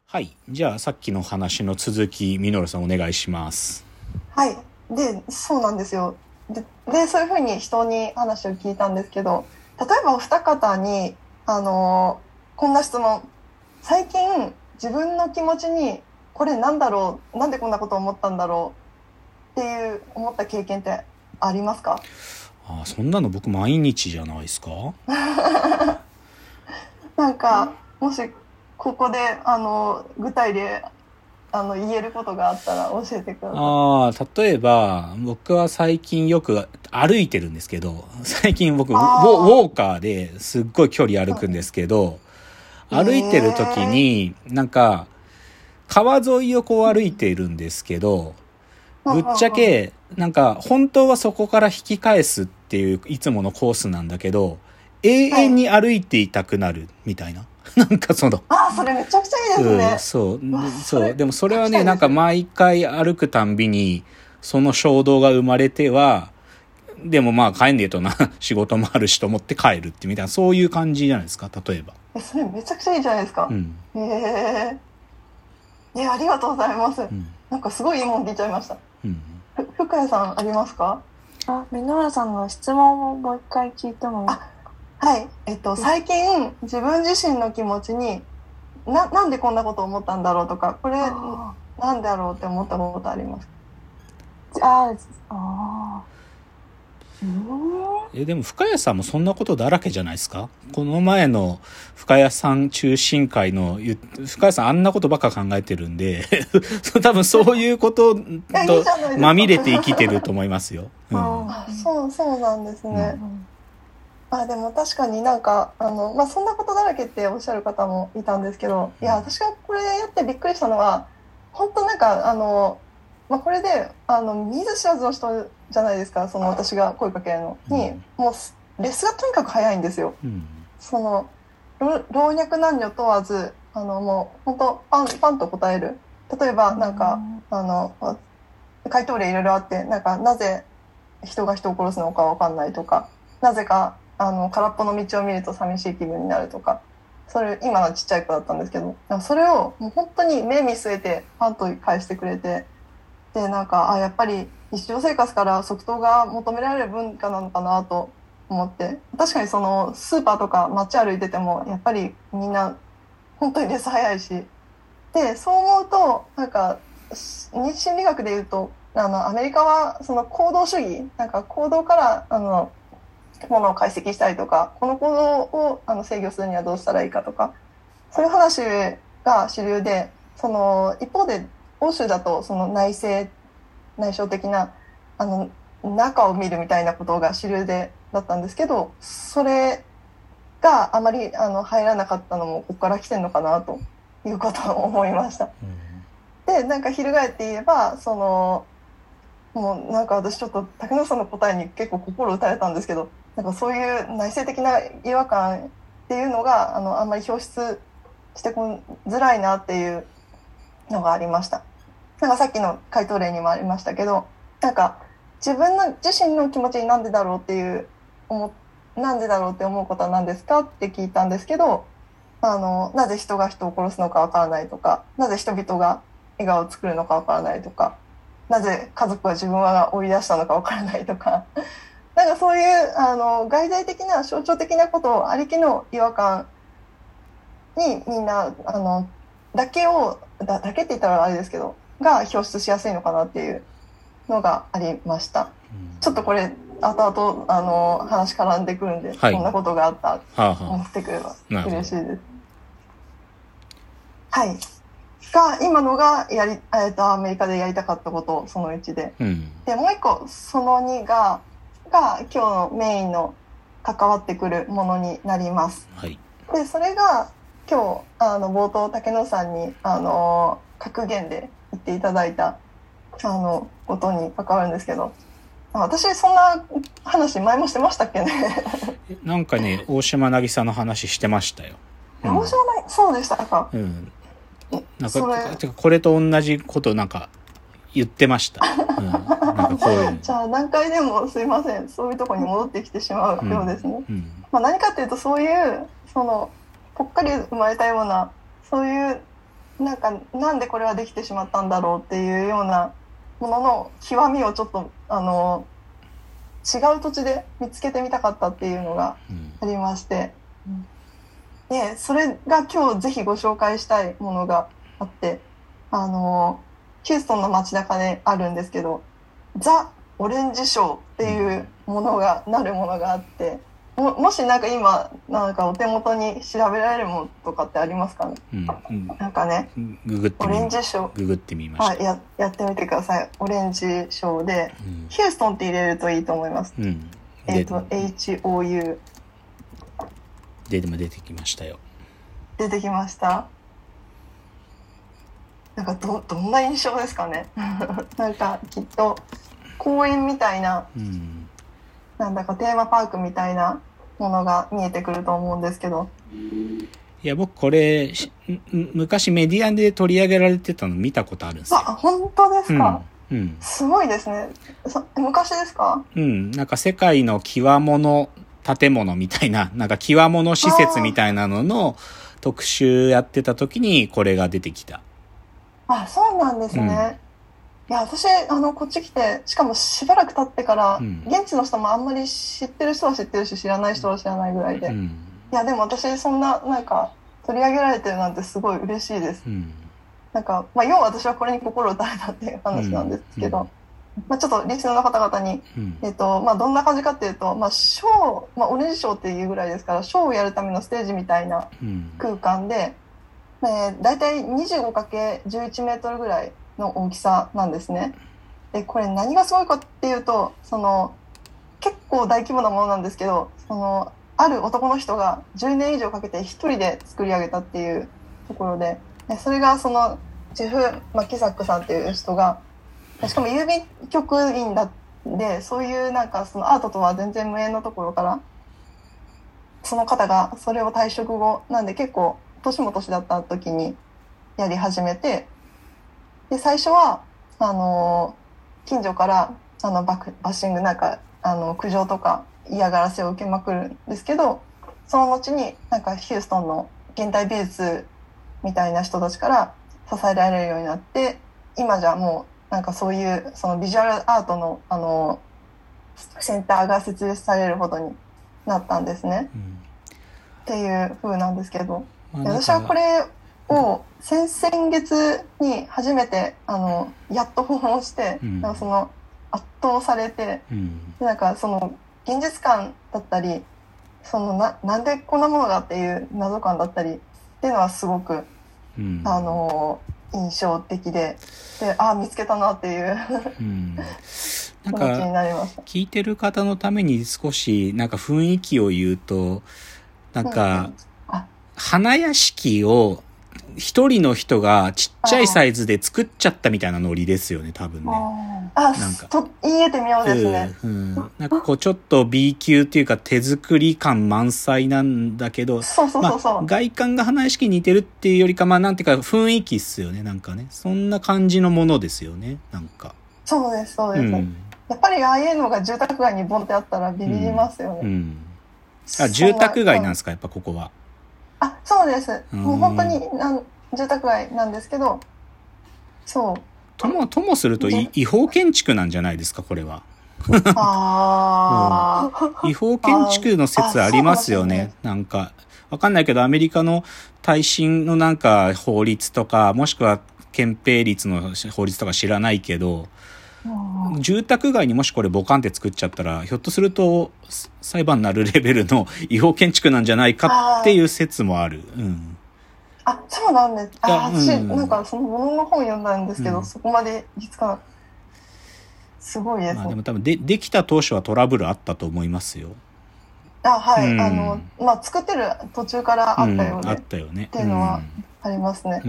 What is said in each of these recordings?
はい。じゃあ、さっきの話の続き、ミノルさんお願いします。 はい。で、そうなんですよ。そういうふうに人に話を聞いたんですけど、例えばお二方に、こんな質問。最近、自分の気持ちに、これなんだろう、なんでこんなことを思ったんだろうっていう思った経験ってありますか？ そんなの僕毎日じゃないですか？ なんか、もし、ここで、具体で、言えることがあったら教えてください。 例えば、僕は最近よく歩いてるんですけど、最近僕、ウォあーカーですっごい距離歩くんですけど、 あ、 歩いてる時に、なんか、川沿いをこう歩いているんですけど、ぶっちゃけ、なんか、本当はそこから引き返すっていういつものコースなんだけど、永はい。 遠に歩いていたくなるみたいな。なんかその、 ああ、それめちゃくちゃいいですね。 そう。 わ、そそう。 れでもそれ書はね、なんかきたいです。 毎回歩くたんびに、その衝動が生まれては、でもまあ帰んねえとな、仕事もあるしと思って帰るってみたいな、そういう感じじゃないですか、例えば。 それめちゃくちゃいいじゃないですか。 うん。 ありがとうございます。 うん。 なんかすごいいいもん聞いちゃいました。 うん。 深谷さんありますか？ 箕浦さんの質問をもう一回聞いてもいいですか？ はい。最近自分自身の気持ちになんでこんなこと思ったんだろうとか、これなんだろうって思ったことありますか？ ああ、 でも深谷さんもそんなことだらけじゃないですか？この前の深谷さん中心会の、深谷さんあんなことばっか考えてるんで、多分そういうことといや、いいじゃないですまみれて生か。 きてると思いますよ。うん。 そうなんですね。 うん。 でも確かになんか、そんなことだらけっておっしゃる方もいたんですけど、いや、私がこれやってびっくりしたのは、本当なんか、これで、見ず知らずの人じゃないですか、その私が声かけるのに、もう、レスがとにかく早いんですよ。 うん。 その、老若男女問わず、もう、本当パンと答える。例えば、なんか、回答例いろいろあって、なんか、なぜ人が人を殺すのかわかんないとか、なぜか空っぽの道を見ると寂しい気分になるとか、それ今のちっちゃい子だったんですけど、それをもう本当に目見据えてパンと返してくれて、でなんかやっぱり日常生活から即答が求められる文化なのかなと思って、確かにそのスーパーとか街歩いててもやっぱりみんな本当にレス早いし、でそう思うとなんか心理学で言うとアメリカはその行動主義、なんか行動からものを解析したりとか、この行動を制御するにはどうしたらいいかとか、そういう話が主流で、その一方で欧州だとその内省的な中を見るみたいなことが主流だったんですけど、それがあまり入らなかったのもここから来てるのかなということを思いました。でなんか翻って言えば、そのもうなんか私ちょっと竹野さんの答えに結構心打たれたんですけど、なんかそういう内省的な違和感っていうのがあんまり表出してこづらいなっていうのがありました。なんかさっきの回答例にもありましたけど、なんか自身の気持ちになんでだろうってなんでだろうって思うことは何ですかって聞いたんですけど、なぜ人が人を殺すのかわからないとか、なぜ人々が笑顔を作るのかわからないとか、なぜ家族は自分が追い出したのかわからないとか、なんかそういう外在的な象徴的なことありきの違和感にみんなだけって言ったらあれですけどが表出しやすいのかなっていうのがありました。ちょっとこれ後々話絡んでくるんで、 はい。 こんなことがあったってはあは思ってくればあ。 嬉しいです。はい。が今のがアメリカでやりたかったことその1で、でもう一個その2が今日のメインの関わってくるものになります。 はい。 でそれが今日冒頭竹野さんに格言で言っていただいたことに関わるんですけど、私そんな話前もしてましたっけね。 なんかね、大島渚の話してましたよ。 大島そうでしたか。 なんかこれと同じことなんか言ってました。なんかこういうじゃあ何回でもすいません、そういうところに戻ってきてしまうようですね。何かっていうと、そういうそのぽっかり生まれたようなそういうなんかなんでこれはできてしまったんだろうっていうようなものの極みをちょっと違う土地で見つけてみたかったっていうのがありまして、でそれが今日ぜひご紹介したいものがあって、ヒューストンの街中であるんですけど、ザ・オレンジショーっていうものがなるものがあって、もしなんか今なんかお手元に調べられるものとかってありますかね。なんかね、オレンジショーググってみました。 やってみてください。オレンジショーで、ヒューストンって入れるといいと思います。HOU でも出てきましたよ。 出てきました。なんかどんな印象ですかね。なんかきっと公園みたいな、なんだかテーマパークみたいなものが見えてくると思うんですけど。 いや、僕これ昔メディアで取り上げられてたの見たことあるんですよ。 あ、本当ですか。すごいですね。昔ですか。 なんか世界の極物建物みたいな、なんか極物施設みたいなのの特集やってた時にこれが出てきた。 あ、そうなんですね。いや、私こっち来て、しかもしばらく経ってから、現地の人もあんまり知ってる人は知ってるし、知らない人は知らないぐらいで、いやでも私そんななんか取り上げられてるなんてすごい嬉しいです。なんか要は私はこれに心を打たれたっていう話なんですけど、ちょっとリスナーの方々に、どんな感じかっていうと、ショー、オレンジショーっていうぐらいですから、ショーをやるためのステージみたいな空間で、だいたい 25×11 メートルぐらいの大きさなんですね。で、これ何がすごいかっていうと、結構大規模なものなんですけど、ある男の人が10年以上かけて一人で作り上げたっていうところで、それがジェフ・マキサックさんっていう人が、しかも郵便局員だで、そういうなんかアートとは全然無縁のところから、その方がそれを退職後なんで結構年も年だった時にやり始めて、で最初は近所からバッシングなんか苦情とか嫌がらせを受けまくるんですけど、その後になんかヒューストンの現代美術みたいな人たちから支えられるようになって、今じゃもうなんかそういうそのビジュアルアートのセンターが設立されるほどになったんですね、っていう風なんですけど、私はこれを先々月に初めてやっと訪問して、なんか圧倒されて、なんか現実感だったりなんでこんなものがっていう謎感だったりっていうのはすごく、印象的で、見つけたなっていうなんか気持ちになりました。 聞いてる方のために少しなんか雰囲気を言うと、なんか花屋敷を一人の人がちっちゃいサイズで作っちゃったみたいなノリですよね、多分ね。 なんか言えてみようですね。 なんかちょっと B 級っていうか手作り感満載なんだけど、外観が花屋敷に似てるっていうよりか、なんていうか雰囲気っすよね、なんかね。そんな感じのものですよね、なんか。 そうです、そうです。やっぱりああいうのが住宅街にボンってあったらビビりますよね。 住宅街なんですか、やっぱここは。 そうです。もう本当に住宅街なんですけど、そう。 ともすると違法建築なんじゃないですか、これは。違法建築の説ありますよね。なんか、わかんないけど、アメリカの耐震のなんか法律とか、もしくは憲兵率の法律とか知らないけど、住宅街にもしこれボカンって作っちゃったら、ひょっとすると裁判になるレベルの違法建築なんじゃないかっていう説もある。 そうなんです。私なんかそのものの本読んだんですけど、そこまで気づかなかった。すごいですね。 でも多分できた当初はトラブルあったと思いますよ。 はい。作ってる途中からあったよね。 あったよね。 っていうのはありますね。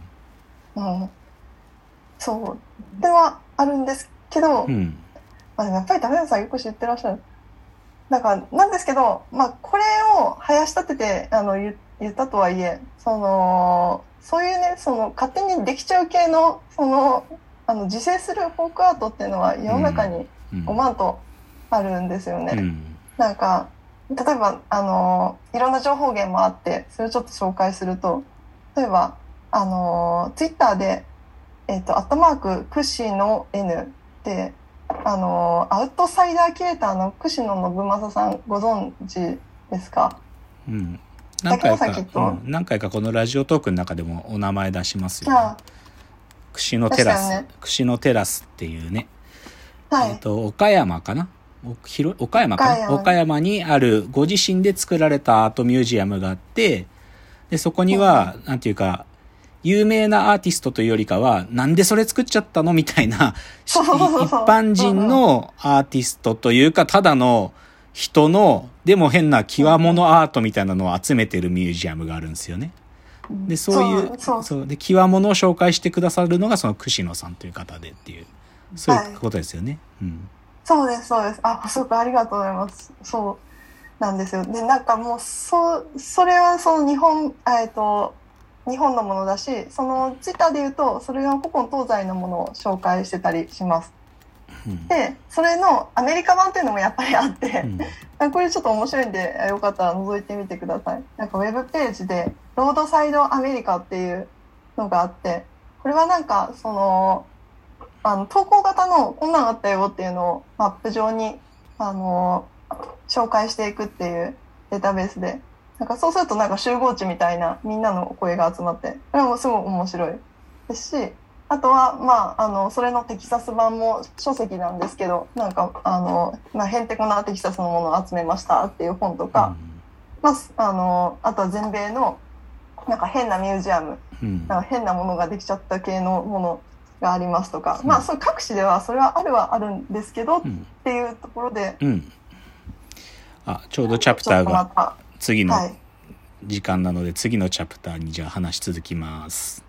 そうではあるんですけど、でもやっぱりダメなさんよく知ってらっしゃる。なんですけど、これを林立てて言ったとはいえ、そういうね、勝手にできちゃう系の自生するフォークアートっていうのは世の中に5万とあるんですよね。なんか例えばいろんな情報源もあって、それをちょっと紹介すると、例えばツイッターで、アットマーク、串の N で、アウトサイダーキュレーターの串野信正さんご存知ですか？ うん。 何回かこのラジオトークの中でもお名前出しますよ、 ね。 串のテラス、 ね、 串のテラスっていうね。 はい。 岡山かな？岡山にあるご自身で作られたアートミュージアムがあって、で、そこには、なんていうか、有名なアーティストというよりかは、なんでそれ作っちゃったのみたいな、一般人のアーティストというか、ただの人の、でも変な極物アートみたいなのを集めてるミュージアムがあるんですよね。で、そうで、極物を紹介してくださるのが、その串野さんという方でっていう、そういうことですよね。うん。 そうです、そうです。すごくありがとうございます。そうなんですよ。で、なんかもう、それはその日本のものだし、そのツイッターで言うと、それが古今東西のものを紹介してたりします。うん、で、それのアメリカ版っていうのもやっぱりあって、うん、これちょっと面白いんで、よかったら覗いてみてください。なんかウェブページで、ロードサイドアメリカっていうのがあって、これはなんか、投稿型のこんなんあったよっていうのをマップ上に、紹介していくっていうデータベースで、なんかそうするとなんか集合地みたいなみんなの声が集まって、これもすごい面白いですし、あとは、それのテキサス版も書籍なんですけど、なんか、へんてこなテキサスのものを集めましたっていう本とか、あとは全米のなんか変なミュージアム、なんか変なものができちゃった系のものがありますとか、そう各地ではそれはあるんですけど、っていうところで、 ちょうどチャプターが次の時間なので、次のチャプターにじゃあ話し続きます。